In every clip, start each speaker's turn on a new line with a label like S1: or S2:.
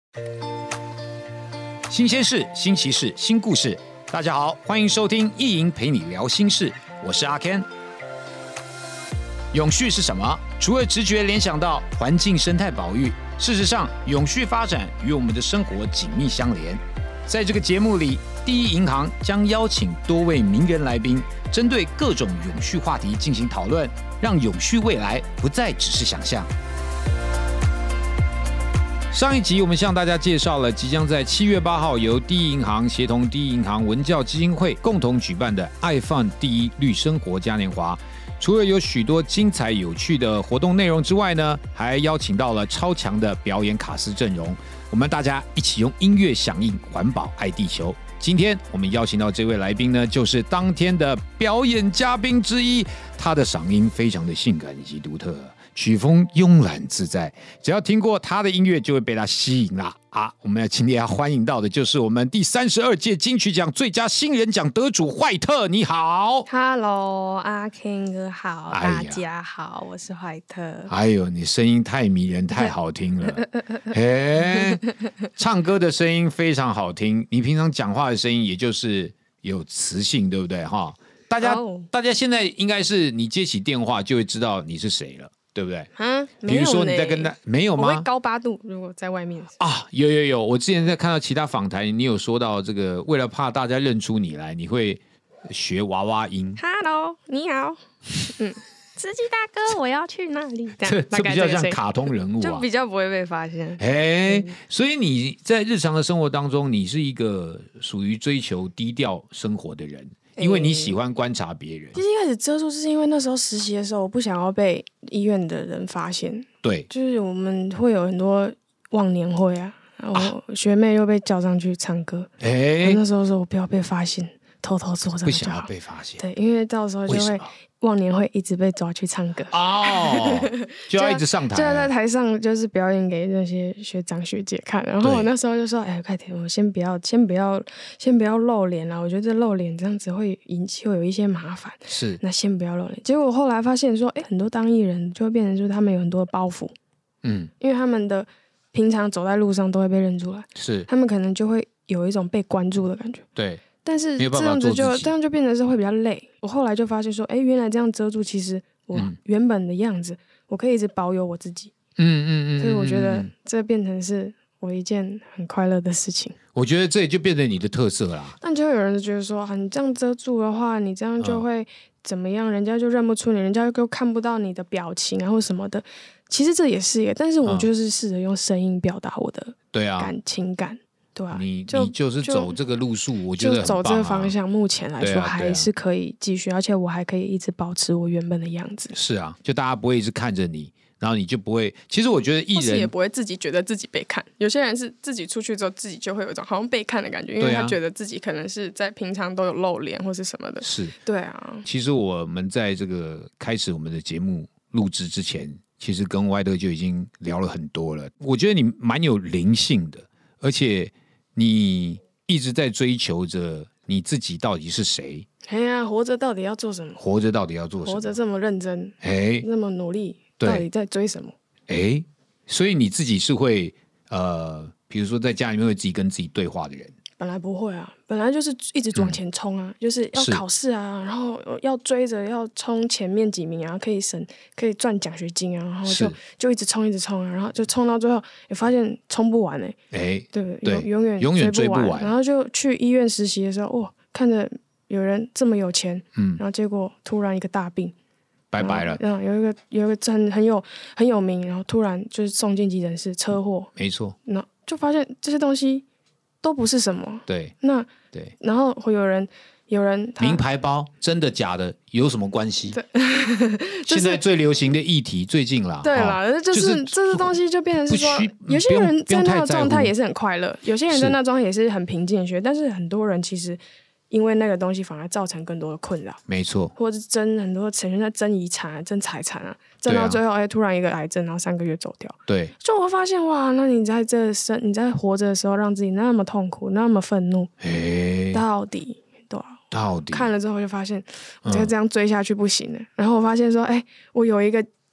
S1: 新鲜事、新奇事、新故事，大家好，欢迎收听意莹陪你聊心事，我是阿 Ken。永续是什么？除了直觉联想到环境生态保育，事实上，永续发展与我们的生活紧密相连。在这个节目里，第一银行将邀请多位名人来宾，针对各种永续话题进行讨论，让永续未来不再只是想象。上一集我们向大家介绍了即将在7月8号由第一银行协同第一银行文教基金会共同举办的爱放第一绿生活嘉年华。除了有许多精彩有趣的活动内容之外呢，还邀请到了超强的表演卡司阵容，我们大家一起用音乐响应环保爱地球。今天我们邀请到这位来宾呢，就是当天的表演嘉宾之一，他的嗓音非常的性感以及独特，曲风慵懒自在，只要听过他的音乐就会被他吸引啦啊！我们今天要欢迎到的就是我们第32届金曲奖最佳新人奖得主怀特，你好。
S2: Hello， 阿 Ken 哥好，大家好，我是怀特。
S1: 哎呦，你声音太迷人，太好听了。唱歌的声音非常好听，你平常讲话的声音也就是有磁性，对不对哈？大家现在应该是你接起电话就会知道你是谁了。对不对？比如说你在跟他没有吗？
S2: 我会高八度，如果在外面
S1: 啊，有。我之前在看到其他访谈，你有说到这个，为了怕大家认出你来，你会学娃娃音。
S2: Hello， 你好，司机大哥，我要去那里。
S1: 这比较像卡通人物啊，
S2: 就比较不会被发现。
S1: 所以你在日常的生活当中，你是一个属于追求低调生活的人。因为你喜欢观察别人。
S2: 其实一开始遮住是因为那时候实习的时候，我不想要被医院的人发现。
S1: 对，
S2: 就是我们会有很多忘年会啊，然后学妹又被叫上去唱歌。那时候说我不要被发现，偷偷做这个就好，
S1: 不想要被发现。
S2: 对，因为到时候就会忘年会一直被抓去唱歌
S1: 就要一直上台，
S2: 就要在台上就是表演给那些学长学姐看。然后我那时候就说：“哎，快点，我先不要露脸了，我觉得露脸这样子会有一些麻烦。
S1: 是，
S2: 那先不要露脸。”结果后来发现说，很多当艺人就会变成说他们有很多包袱，因为他们的平常走在路上都会被认出来，
S1: 是，
S2: 他们可能就会有一种被关注的感觉，
S1: 对。
S2: 但是这样就变成是会比较累。我后来就发现说，原来这样遮住，其实我原本的样子，我可以一直保有我自己。所以我觉得这变成是我一件很快乐的事情。
S1: 我觉得这也就变成你的特色啦。
S2: 但就会有人觉得说，你这样遮住的话，你这样就会怎么样？人家就认不出你，人家又看不到你的表情啊或什么的。其实这也是一个，但是我就是试着用声音表达我的情感。对啊，
S1: 你就是走这个路数，我觉得很棒啊，
S2: 就走这个方向，目前来说还是可以继续，而且我还可以一直保持我原本的样子。
S1: 是啊，就大家不会一直看着你，然后你就不会。其实我觉得艺人
S2: 也不会自己觉得自己被看，有些人是自己出去之后，自己就会有一种好像被看的感觉，因为他觉得自己可能是在平常都有露脸或是什么的。
S1: 是，
S2: 对啊。
S1: 其实我们在这个开始我们的节目录制之前，其实跟歪德就已经聊了很多了。我觉得你蛮有灵性的，而且你一直在追求着你自己到底是谁。
S2: 活着到底要做什么？
S1: 活着到底要做什么？
S2: 活着这么认真，那么努力，到底在追什么？
S1: 所以你自己是会比如说在家里面会自己跟自己对话的人？
S2: 本来不会啊，本来就是一直往前冲啊，就是要考试啊，然后要追着要冲前面几名啊，可以赚奖学金啊，然后就一直冲啊，然后就冲到最后也发现冲不完对，永远追不完，然后就去医院实习的时候，看着有人这么有钱，然后结果突然一个大病，
S1: 拜拜了。
S2: 有一个很有名，然后突然就是送进急诊室，车祸，
S1: 没错，
S2: 那就发现这些东西都不是什么。
S1: 对，
S2: 然后会有人
S1: 名牌包真的假的有什么关系？现在最流行的议题最近啦，
S2: 对啦，就是这东西就变成是说，有些人在那个状态也是很快乐，有些人在那状态也是很平静的，但是很多人其实因为那个东西反而造成更多的困扰。没错，或者是很多成员在争遗产啊、争财产啊，争到最后突然一个癌症，然后3个月走掉。对，就我发现哇，那你在活着的时候让自己那么痛苦、那么愤怒，到底看了之后就发现我再这样追下去不行了。然后我发现说，我有一个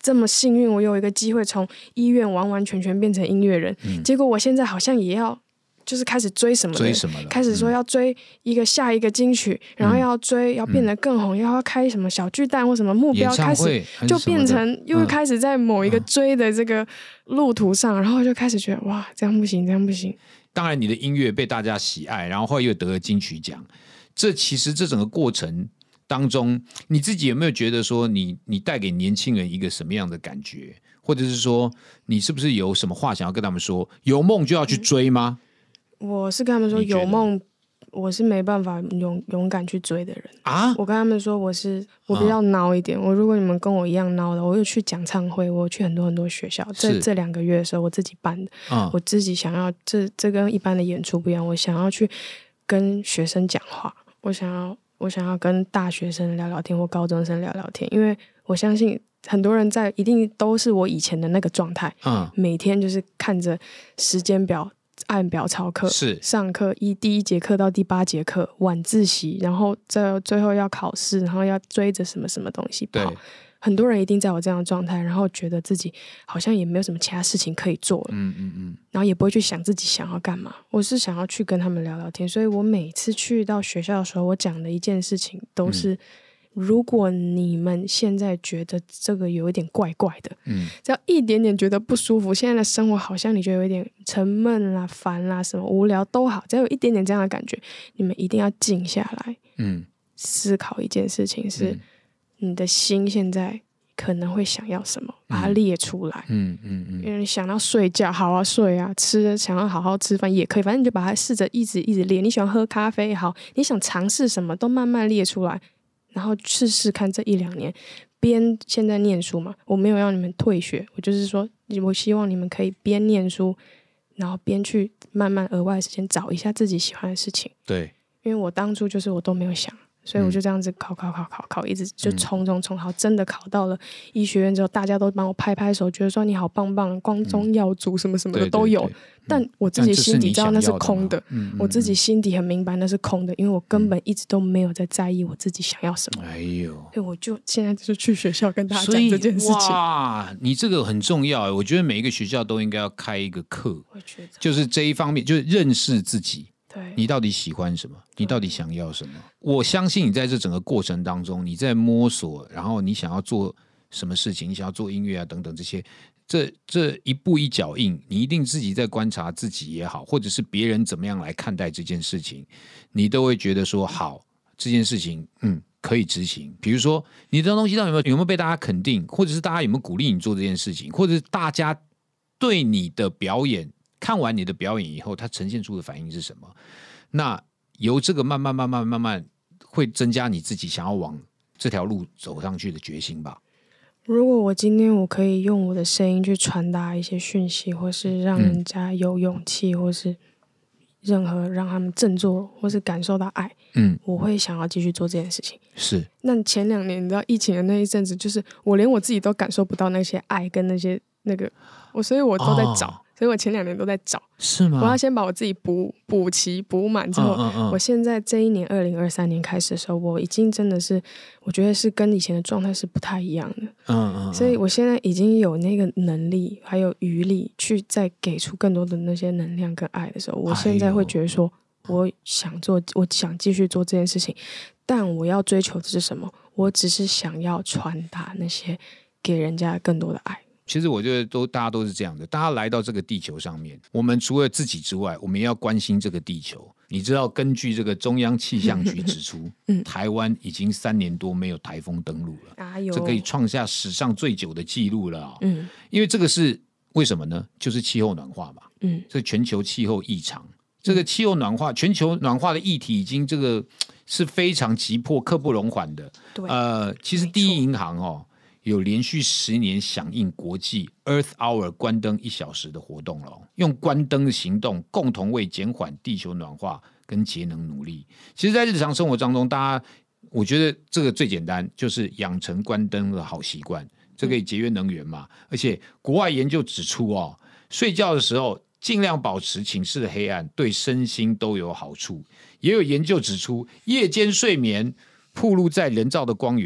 S2: 这么幸运，我有一个机会从医院完完全全变成音乐人，结果我现在好像也要就是开始追什么了，开始说要追下一个金曲，然后要追要变得更红，要开什么小巨蛋或什么目标，开始就变成又开始在某一个追的这个路途上，然后就开始觉得哇，这样不行，这样不行。
S1: 当然你的音乐被大家喜爱，然后后来又得了金曲奖，这其实这整个过程当中，你自己有没有觉得说你带给年轻人一个什么样的感觉，或者是说你是不是有什么话想要跟他们说？有梦就要去追吗？
S2: 我是跟他们说有梦我是没办法勇敢去追的人啊！我跟他们说我比较孬一点，如果你们跟我一样孬的，我有去讲唱会，我有去很多很多学校，这2个月的时候我自己办的，我自己想要这跟一般的演出不一样，我想要去跟学生讲话，我想要跟大学生聊聊天或高中生聊聊天，因为我相信很多人一定都是我以前的那个状态，每天就是看着时间表按表操课，上课第一节课到第8节课，晚自习，然后最后要考试，然后要追着什么什么东西跑。很多人一定在我这样的状态，然后觉得自己好像也没有什么其他事情可以做了，然后也不会去想自己想要干嘛。我是想要去跟他们聊聊天，所以我每次去到学校的时候，我讲的一件事情都是如果你们现在觉得这个有一点怪怪的，只要一点点觉得不舒服，现在的生活好像你觉得有一点沉闷啦、烦啦、什么无聊都好，只要有一点点这样的感觉，你们一定要静下来，思考一件事情是，你的心现在可能会想要什么，把它列出来。因为你想要睡觉，好啊睡啊，想要好好吃饭也可以，反正你就把它试着一直列。你喜欢喝咖啡好，你想尝试什么都慢慢列出来。然后试试看这1-2年，边现在念书嘛，我没有让你们退学，我就是说我希望你们可以边念书，然后边去慢慢额外的时间找一下自己喜欢的事情。
S1: 对，
S2: 因为我当初就是我都没有想，所以我就这样子考，一直就冲，好，真的考到了医学院之后，大家都帮我拍拍手，觉得说你好棒棒，光宗耀祖什么什么的都有。但我自己心底知道那是空的，我自己心底很明白那是空的，因为我根本一直都没有在意我自己想要什么。所以我就现在就是去学校跟大家讲这件事情。
S1: 哇，你这个很重要，我觉得每一个学校都应该要开一个课，就是这一方面，就是认识自己。你到底喜欢什么？你到底想要什么？我相信你在这整个过程当中，你在摸索，然后你想要做什么事情，你想要做音乐啊等等这些，这一步一脚印，你一定自己在观察自己也好，或者是别人怎么样来看待这件事情，你都会觉得说好，这件事情可以执行。比如说你的东西到底有没有被大家肯定，或者是大家有没有鼓励你做这件事情，或者是大家对你的表演，看完你的表演以后，他呈现出的反应是什么？那由这个慢慢会增加你自己想要往这条路走上去的决心吧。
S2: 如果我今天我可以用我的声音去传达一些讯息，或是让人家有勇气，或是任何让他们振作，或是感受到爱，我会想要继续做这件事情。
S1: 是。
S2: 那前2年你知道疫情的那一阵子，就是我连我自己都感受不到那些爱跟那个所以我都在找。所以我前2年都在找，
S1: 是吗？
S2: 我要先把我自己补齐补满之后，我现在这一年2023年开始的时候，我已经真的是我觉得是跟以前的状态是不太一样的，所以我现在已经有那个能力还有余力去再给出更多的那些能量跟爱的时候，我现在会觉得说我想继续做这件事情，但我要追求的是什么？我只是想要传达那些给人家更多的爱。
S1: 其实我觉得大家都是这样的，大家来到这个地球上面，我们除了自己之外，我们也要关心这个地球。你知道根据这个中央气象局指出，台湾已经3年多没有台风登陆了，这可以创下史上最久的记录了因为这个是为什么呢？就是气候暖化嘛，这全球气候异常，这个气候暖化，全球暖化的议题已经这个是非常急迫、刻不容缓的。其实第一银行有连续10年响应国际 Earth Hour 关灯1小时的活动了，用关灯的行动共同为减缓地球暖化跟节能努力。其实在日常生活当中，大家我觉得这个最简单，就是养成关灯的好习惯，这可以节约能源嘛。而且国外研究指出睡觉的时候尽量保持寝室的黑暗，对身心都有好处。也有研究指出，夜间睡眠暴露在人造的光源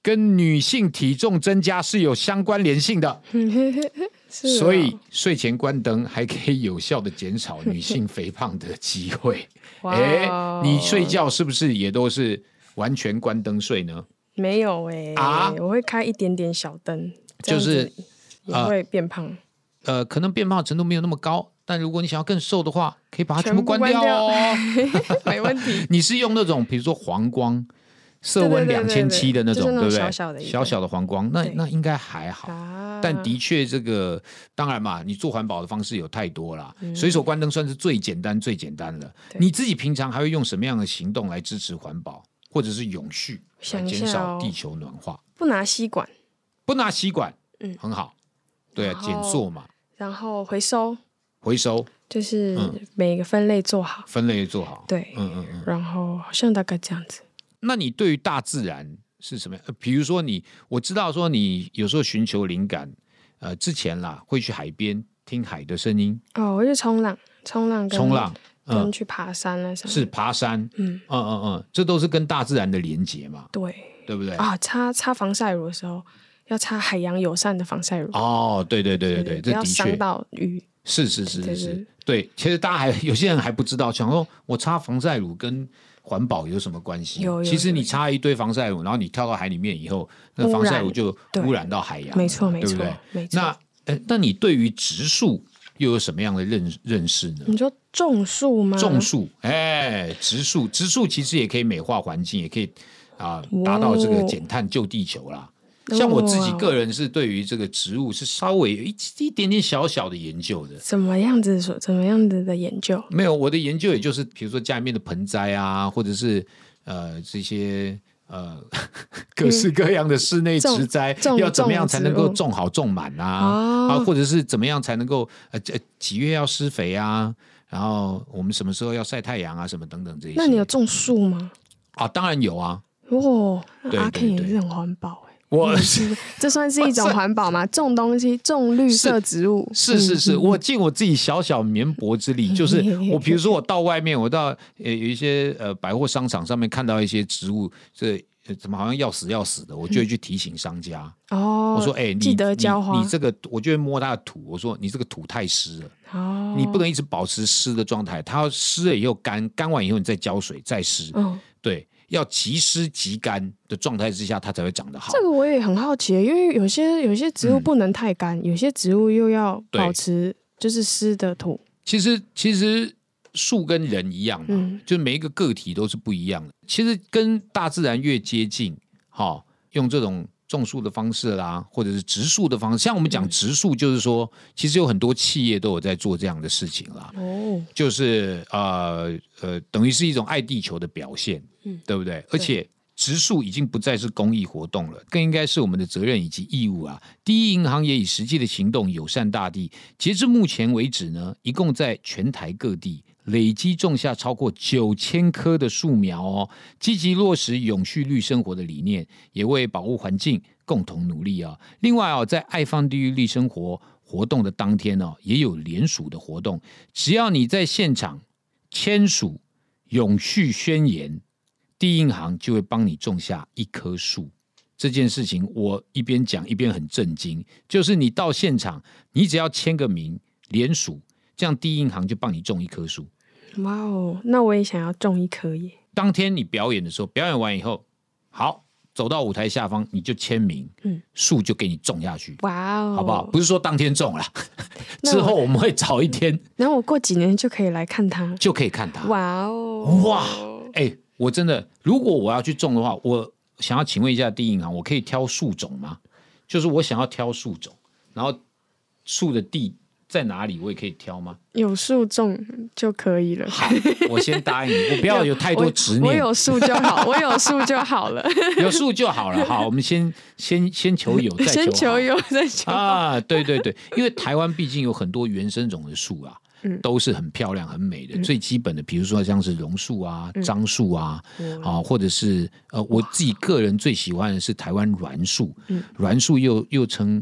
S1: 跟女性体重增加是有相关联性的。所以睡前关灯还可以有效的减少女性肥胖的机会。你睡觉是不是也都是完全关灯睡呢？
S2: 没有我会开一点点小灯，就是也会变胖。
S1: 可能变胖的程度没有那么高，但如果你想要更瘦的话，可以把它全部关掉哦。
S2: 没问题。
S1: 你是用那种比如说黄光色温2700的那种，对不对？小小的黄光，那应该还好。但的确这个当然嘛，你做环保的方式有太多啦，随手关灯算是最简单了。你自己平常还会用什么样的行动来支持环保或者是永续，来减少地球暖化？
S2: 不拿吸管，
S1: 很好。对啊，减塑嘛。
S2: 然后回收就是每个分类做好，对，然后好像大概这样子。
S1: 那你对于大自然是什么样？比如说我知道说你有时候寻求灵感，之前啦会去海边听海的声音。
S2: 我去冲浪跟去爬山了什么？
S1: 是爬山，这都是跟大自然的连结嘛？对不对？
S2: 擦防晒乳的时候要擦海洋友善的防晒乳。
S1: 对，这的确不
S2: 要伤到鱼。
S1: 是，对。其实大家有些人还不知道，想说我擦防晒乳跟环保有什么关系？其实你擦一堆防晒乳，然后你跳到海里面以后，那防晒乳就污染到海洋，
S2: 没错，
S1: 对不对？那你对于植树又有什么样的认识呢？
S2: 你说种树吗？
S1: 种树，植树其实也可以美化环境，也可以达到这个减碳救地球啦。像我自己个人是对于这个植物是稍微有一点点小小的研究的。
S2: 怎么样子的研究？
S1: 没有，我的研究也就是比如说家里面的盆栽啊，或者是这些各式各样的室内植栽，要怎么样才能够种好种满啊，或者是怎么样才能够几月要施肥啊，然后我们什么时候要晒太阳啊，什么等等这些。
S2: 那你有种树吗？
S1: 当然有啊。
S2: 阿 Ken 也是很环保。这算是一种环保吗？种东西，种绿色植物。
S1: 是，我尽我自己小小绵薄之力，就是我比如说我到外面，我到有一些百货商场上面看到一些植物，这怎么好像要死的，我就会去提醒商家。我说
S2: 记得浇花。
S1: 你这个，我就会摸它的土，我说你这个土太湿了，你不能一直保持湿的状态，它要湿了以后干完以后你再浇水再湿，对。要即湿即干的状态之下，它才会长得好。
S2: 这个我也很好奇，因为有些植物不能太干，有些植物又要保持就是湿的土。
S1: 其实树跟人一样嘛，就每一个个体都是不一样的。其实跟大自然越接近，用这种种树的方式啦，或者是植树的方式，像我们讲植树，就是说，其实有很多企业都有在做这样的事情啦。就是等于是一种爱地球的表现，对不对？而且植树已经不再是公益活动了，更应该是我们的责任以及义务啊。第一银行也以实际的行动友善大地，截至目前为止呢，一共在全台各地累积种下超过9000棵的树苗积极落实永续绿生活的理念，也为保护环境共同努力另外在爱放地域绿生活活动的当天也有联署的活动，只要你在现场签署永续宣言，第一银行就会帮你种下1棵树。这件事情我一边讲一边很震惊，就是你到现场，你只要签个名联署，这样第一银行就帮你种1棵树。
S2: 哇哦，那我也想要种1棵耶。
S1: 当天你表演的时候，表演完以后，好，走到舞台下方你就签名，树就给你种下去。
S2: 哇哦，
S1: 好不好？不是说当天种啦，之后我们会找一天，
S2: 然后我过几年就可以来看它，
S1: 就可以看它。
S2: 哇哦，
S1: 哇，我真的，如果我要去种的话，我想要请问一下第一银行，我可以挑树种吗？就是我想要挑树种，然后树的地在哪里，我也可以挑吗？
S2: 有树种就可以了。
S1: 好，我先答应你，我不要有太多执念。
S2: 我有树就好，我有树就好了，
S1: 有树就好了。好，我们先求有，再求好，
S2: 先求有，再求好
S1: 啊！对，因为台湾毕竟有很多原生种的树啊。都是很漂亮很美的，最基本的比如说像是榕树啊、樟树啊，或者是我自己个人最喜欢的是台湾栾树，栾树又称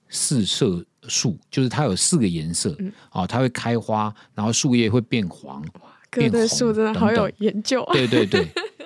S1: 4色树，就是它有4个颜色，它会开花，然后树叶会变黄，
S2: 哥的树真的好有研究，
S1: 对，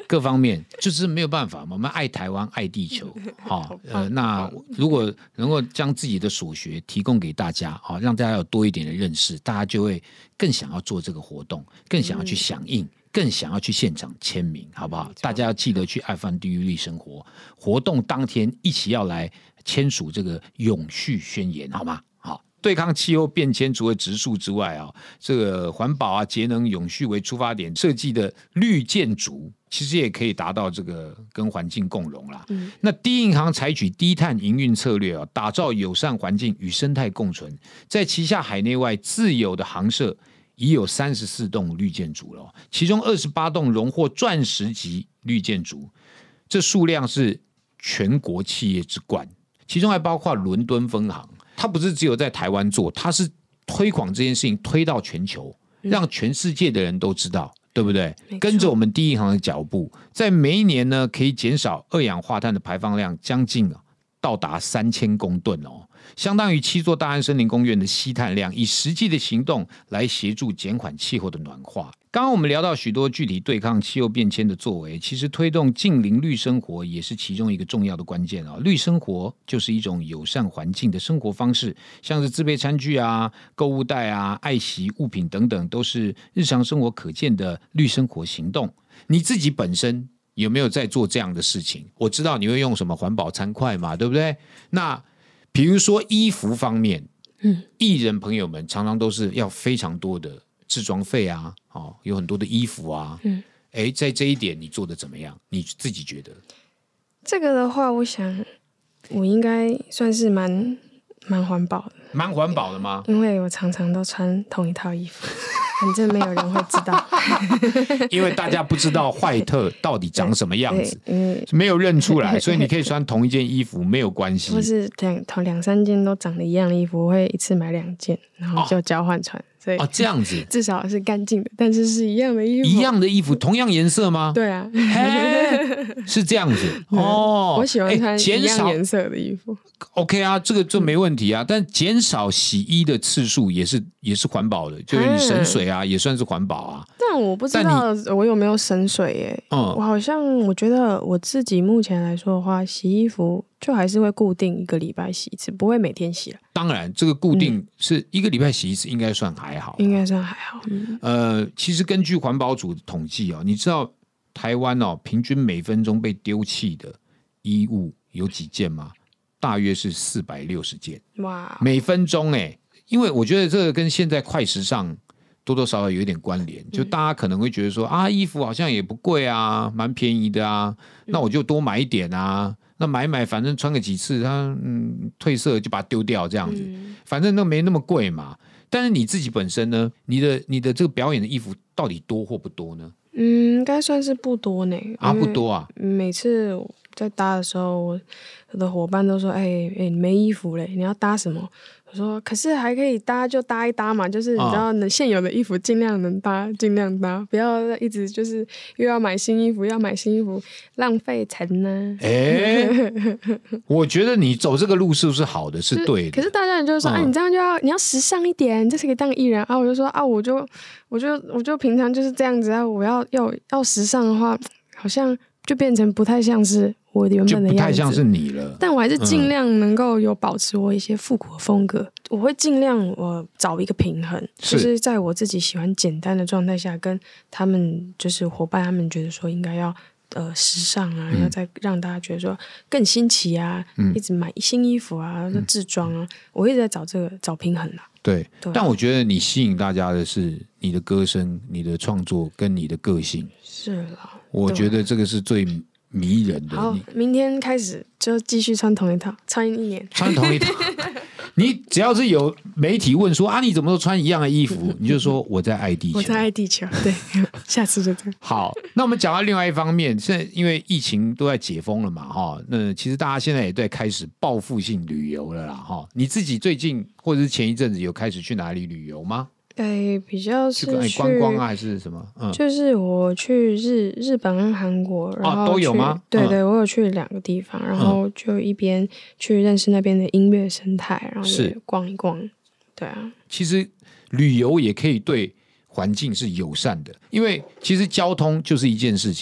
S1: 各方面就是没有办法嘛，我们爱台湾爱地球那如果能够将自己的所学提供给大家让大家有多一点的认识，大家就会更想要做这个活动，更想要去响应，更想要去现场签名，好不好？大家要记得去爱放地域绿生活活动当天一起要来签署这个永续宣言，好吗？好，对抗气候变迁除了植树之外这个环保节能永续为出发点设计的绿建筑其实也可以达到这个跟环境共荣啦。那第一银行采取低碳营运策略打造友善环境与生态共存，在旗下海内外自有的行社已有34栋绿建筑了，其中28栋荣获钻石级绿建筑，这数量是全国企业之冠，其中还包括伦敦分行。它不是只有在台湾做，它是推广这件事情推到全球，让全世界的人都知道，对不对？跟着我们第一银行的脚步，在每一年呢，可以减少二氧化碳的排放量将近到达3000公吨相当于7座大安森林公园的吸碳量，以实际的行动来协助减缓气候的暖化。刚刚我们聊到许多具体对抗气候变迁的作为，其实推动近邻绿生活也是其中一个重要的关键绿生活就是一种友善环境的生活方式，像是自备餐具购物袋爱惜物品等等，都是日常生活可见的绿生活行动。你自己本身有没有在做这样的事情？我知道你会用什么环保餐筷嘛，对不对？那比如说衣服方面，艺人朋友们常常都是要非常多的制装费有很多的衣服在这一点你做的怎么样？你自己觉得？
S2: 这个的话，我想我应该算是蛮环保的。
S1: 蛮环保的吗？
S2: 因为我常常都穿同一套衣服。反正没有人会知道
S1: 因为大家不知道坏特到底长什么样子，没有认出来，所以你可以穿同一件衣服没有关系，
S2: 或是两三件都长得一样的衣服，我会一次买2件，然后就交换穿。所以
S1: 这样子
S2: 至少是干净的，但是是一样的衣服。
S1: 一样的衣服同样颜色吗？
S2: 对啊
S1: 是这样子
S2: 我喜欢穿一样颜色的衣服。
S1: OK 这没问题但减少洗衣的次数也是环保的，就是你省水也算是环保
S2: 但我不知道我有没有省水耶。我好像我觉得我自己目前来说的话，洗衣服就还是会固定1个礼拜洗一次，不会每天洗了。
S1: 当然这个固定是1个礼拜洗一次，应该算还好，
S2: 应该算还好。
S1: 其实根据环保署的统计你知道台湾平均每分钟被丢弃的衣物有几件吗？大约是460件。哇，每分钟因为我觉得这个跟现在快时尚多多少少有一点关联，就大家可能会觉得说衣服好像也不贵蛮便宜的那我就多买一点那买反正穿个几次它褪色就把它丢掉这样子，反正都没那么贵嘛。但是你自己本身呢，你的这个表演的衣服到底多或不多呢？
S2: 应该算是不多呢。
S1: 不多
S2: 每次在搭的时候，我的伙伴都说你没衣服嘞，你要搭什么？我说可是还可以搭就搭一搭嘛，就是你知道现有的衣服尽量能搭尽量搭，不要一直就是又要买新衣服浪费钱呢。
S1: 我觉得你走这个路是不是好的，是对的。
S2: 可是大家就说你这样你要时尚一点，你这是可以当艺人我就说我就平常就是这样子我要时尚的话，好像就变成不太像是我原本的样子，就不太
S1: 像是你了。
S2: 但我还是尽量能够有保持我一些复古的风格。我会尽量找一个平衡，就是在我自己喜欢简单的状态下，跟他们就是伙伴他们觉得说应该要时尚要再让大家觉得说更新奇一直买新衣服制装我一直在找平衡啦。
S1: 对，但我觉得你吸引大家的是你的歌声、你的创作跟你的个性。
S2: 是啦，
S1: 我觉得这个是最迷人的。
S2: 好，明天开始就继续穿同一套，穿1年，
S1: 穿同一套。你只要是有媒体问说你怎么都穿一样的衣服，你就说我在爱地球，
S2: 我在爱地球。对，下次就这样。
S1: 好，那我们讲到另外一方面，现在因为疫情都在解封了嘛那其实大家现在也在开始报复性旅游了啦你自己最近或者是前一阵子有开始去哪里旅游吗？
S2: 比较是
S1: 去观光还是什么？
S2: 就是我去日本跟韩国，然后
S1: 都有吗？
S2: 对我有去2个地方，然后就一边去认识那边的音乐生态，然后也逛一逛。对
S1: 其实旅游也可以对环境是友善的，因为其实交通就是一件事情了。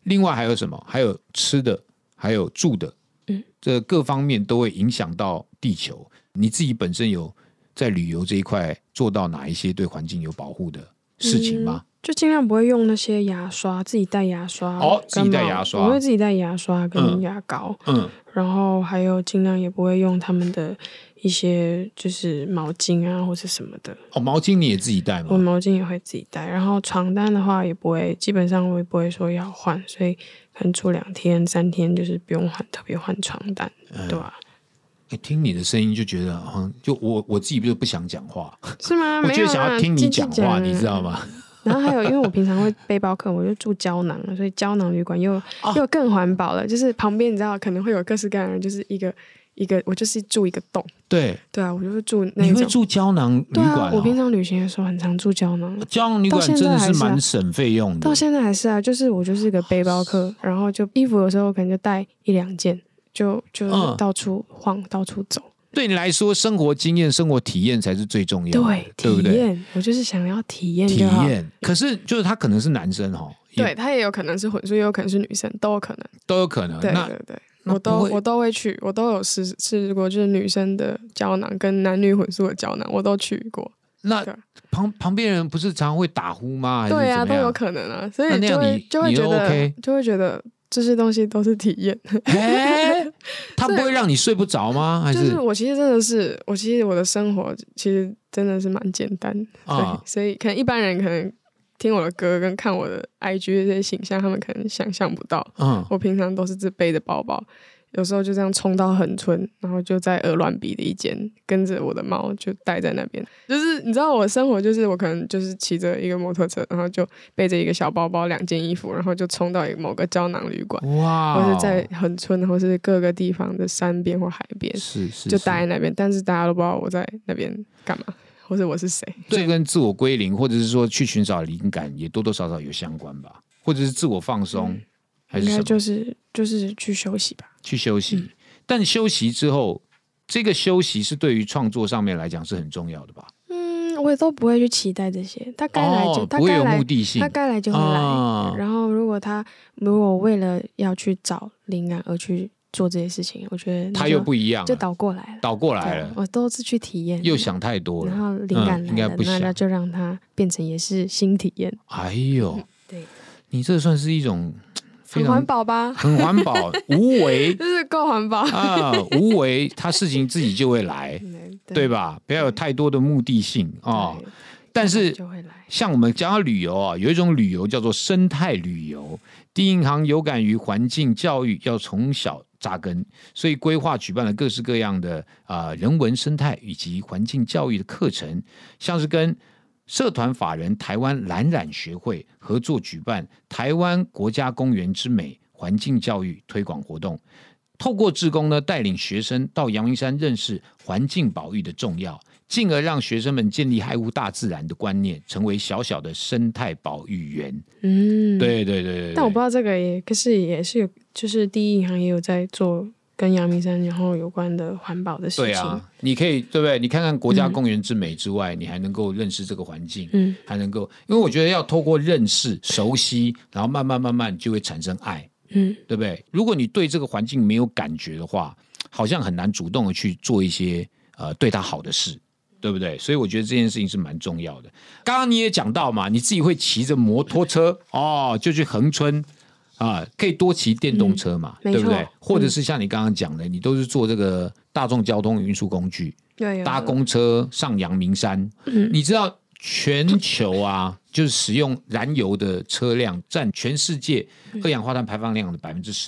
S1: 另外还有什么？还有吃的，还有住的，这各方面都会影响到地球。你自己本身有在旅游这一块做到哪一些对环境有保护的事情吗？
S2: 就尽量不会用那些牙刷，自己带牙刷。
S1: 自己带牙刷，
S2: 我会自己带牙刷跟牙膏。然后还有尽量也不会用他们的一些就是毛巾啊或者什么的。
S1: 毛巾你也自己带吗？
S2: 我毛巾也会自己带，然后床单的话也不会，基本上我也不会说要换，所以可能住2天3天就是不用特别换床单，对吧？
S1: 听你的声音就觉得就我自己就不想讲话，
S2: 是吗？
S1: 我就想要听你讲话，你知道吗？
S2: 然后还有，因为我平常会背包客，我就住胶囊，所以胶囊旅馆又更环保了。就是旁边你知道可能会有各式各样的人，就是一个，我就是住一个洞。对啊，我就会住那种。
S1: 你会住胶囊旅馆？对
S2: 啊，我平常旅行的时候很常住胶囊。
S1: 胶囊旅馆真的是蛮省费用的。
S2: 到现在还是啊，就是我就是一个背包客，然后就衣服有时候可能就带1-2件，就到处晃，到处走。
S1: 对你来说，生活经验、生活体验才是最重要的，对不对？
S2: 体验，我就是想要体验就好。
S1: 体验，可是就是他可能是男生
S2: 对他也有可能是混宿，也有可能是女生，都有可能。对，我都会去，我都有试过，就是女生的胶囊跟男女混宿的胶囊，我都去过。
S1: 那旁边人不是常会打呼吗？
S2: 对啊，都有可能啊，所以就会觉得。这些东西都是体验。
S1: 他不会让你睡不着吗？还是
S2: 就是我其实真的是，我的生活其实真的是蛮简单，所以可能一般人可能听我的歌跟看我的 IG 的这些形象，他们可能想象不到。我平常都是自背的包包。有时候就这样冲到恒春，然后就在鹅銮鼻的一间跟着我的猫就待在那边。就是你知道我的生活就是我可能就是骑着一个摩托车，然后就背着一个小包包2件衣服，然后就冲到某个胶囊旅馆，或是在恒春或是各个地方的山边或海边，就待在那边。但是大家都不知道我在那边干嘛，或者我是谁。
S1: 这跟自我归零或者是说去寻找灵感也多多少少有相关吧，或者是自我放松。
S2: 应该就是去休息吧，
S1: 去休息。但休息之后，这个休息是对于创作上面来讲是很重要的吧？
S2: 我也都不会去期待这些，他该来就
S1: 不会有目的性，
S2: 他该来就会来。然后如果为了要去找灵感而去做这些事情，我觉得
S1: 他又不一样，
S2: 就倒过来了。我都是去体验，
S1: 又想太多了。
S2: 然后灵感来了，那就让它变成也是新体验。
S1: 哎呦，
S2: 对，你
S1: 这算是一种。
S2: 很环保吧？
S1: 很环保，无为
S2: 就是够环保
S1: 无为，他事情自己就会来，对吧？不要有太多的目的性但是像我们讲到旅游有一种旅游叫做生态旅游。第一银行有感于环境教育要从小扎根，所以规划举办了各式各样的人文生态以及环境教育的课程，像是跟社团法人台湾蓝染学会合作举办台湾国家公园之美环境教育推广活动，透过志工呢带领学生到阳明山认识环境保育的重要，进而让学生们建立爱护大自然的观念，成为小小的生态保育员。对。
S2: 但我不知道这个可是也是有，就是第一银行也有在做跟阳明山然后有关的环保的事情。对
S1: 啊，你可以对不对？你看看国家公园之美之外，你还能够认识这个环境，还能够，因为我觉得要透过认识、熟悉，然后慢慢就会产生爱，对不对？如果你对这个环境没有感觉的话，好像很难主动的去做一些对它好的事，对不对？所以我觉得这件事情是蛮重要的。刚刚你也讲到嘛，你自己会骑着摩托车就去恒春。可以多骑电动车嘛，对不对？或者是像你刚刚讲的，你都是坐这个大众交通运输工具，搭公车上阳明山。你知道全球就是使用燃油的车辆占全世界二氧化碳排放量的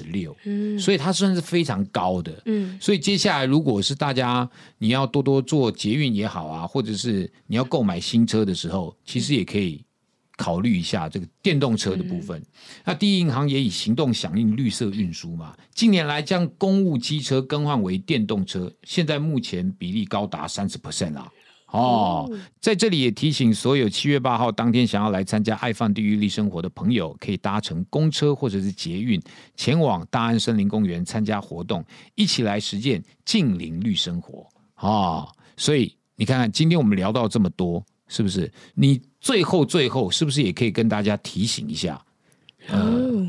S1: 16%，所以它算是非常高的。所以接下来如果是大家你要多多做捷运也好或者是你要购买新车的时候，其实也可以考虑一下这个电动车的部分。那第一银行也以行动响应绿色运输嘛，近年来将公务机车更换为电动车，现在目前比例高达 30% 啦。在这里也提醒所有7月8号当天想要来参加爱放地域绿生活的朋友，可以搭乘公车或者是捷运前往大安森林公园参加活动，一起来实践近邻绿生活所以你看看今天我们聊到这么多，是不是你最后是不是也可以跟大家提醒一下？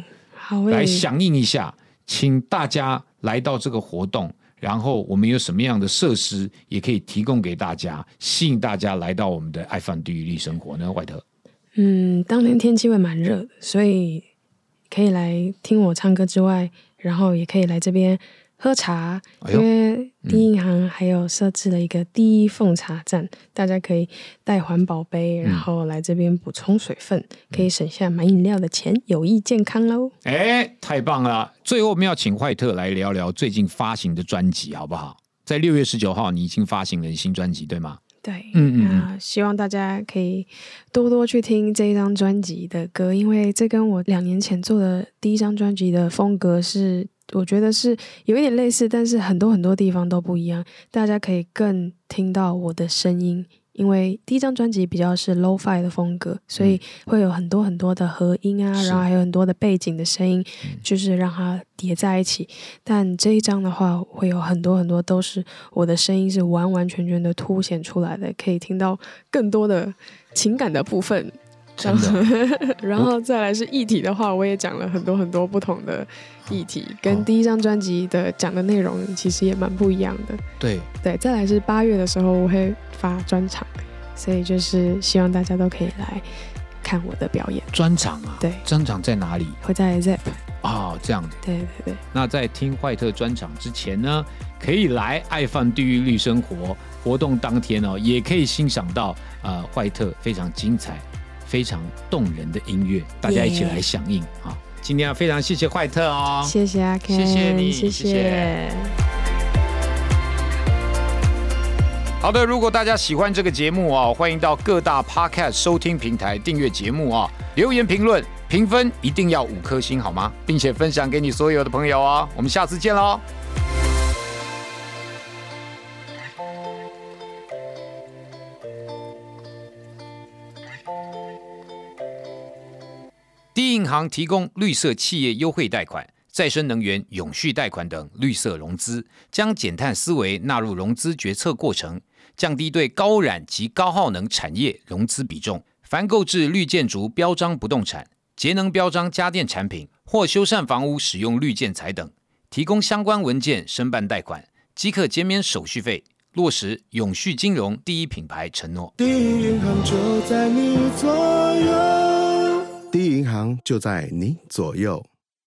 S1: 来响应一下，请大家来到这个活动，然后我们有什么样的设施也可以提供给大家，吸引大家来到我们的爱放地狱绿生活呢？怀特，
S2: 当天天气会蛮热的，所以可以来听我唱歌之外，然后也可以来这边喝茶，因为第一银行还有设置了一个第一奉茶站，大家可以带环保杯，然后来这边补充水分，可以省下买饮料的钱，有益健康咯。
S1: 太棒了！最后我们要请怀特来聊聊最近发行的专辑好不好？在6月19号你已经发行了新专辑对吗？
S2: 对，希望大家可以多多去听这一张专辑的歌，因为这跟我2年前做的第一张专辑的风格是，我觉得是有一点类似，但是很多很多地方都不一样，大家可以更听到我的声音，因为第一张专辑比较是 lo-fi 的风格，所以会有很多很多的和音啊，然后还有很多的背景的声音，就是让它叠在一起。但这一张的话，会有很多很多都是我的声音是完完全全的凸显出来的，可以听到更多的情感的部分。然后再来是议题的话，我也讲了很多很多不同的议题，跟第一张专辑的讲的内容其实也蛮不一样的。
S1: 对，
S2: 再来是8月的时候我会发专场，所以就是希望大家都可以来看我的表演。
S1: 专场啊？对，专场在哪里？
S2: 会在 ZEP。
S1: 这样的。
S2: 对。
S1: 那在听怀特专场之前呢，可以来爱放地狱绿生活活动当天也可以欣赏到怀特非常精彩非常动人的音乐，大家一起来响应今天要非常谢谢怀特
S2: 谢谢阿 Ken，
S1: 谢谢你，
S2: 谢谢。
S1: 好的，如果大家喜欢这个节目欢迎到各大 Podcast 收听平台订阅节目留言评论评分一定要5颗星好吗？并且分享给你所有的朋友我们下次见咯。第一银行提供绿色企业优惠贷款、再生能源永续贷款等绿色融资，将减碳思维纳入融资决策过程，降低对高染及高耗能产业融资比重。凡购置绿建筑标章不动产、节能标章家电产品或修缮房屋使用绿建材等，提供相关文件申办贷款，即可减免手续费，落实永续金融第一品牌承诺。
S3: 第一银行就在你左右，第一银行就在你左右。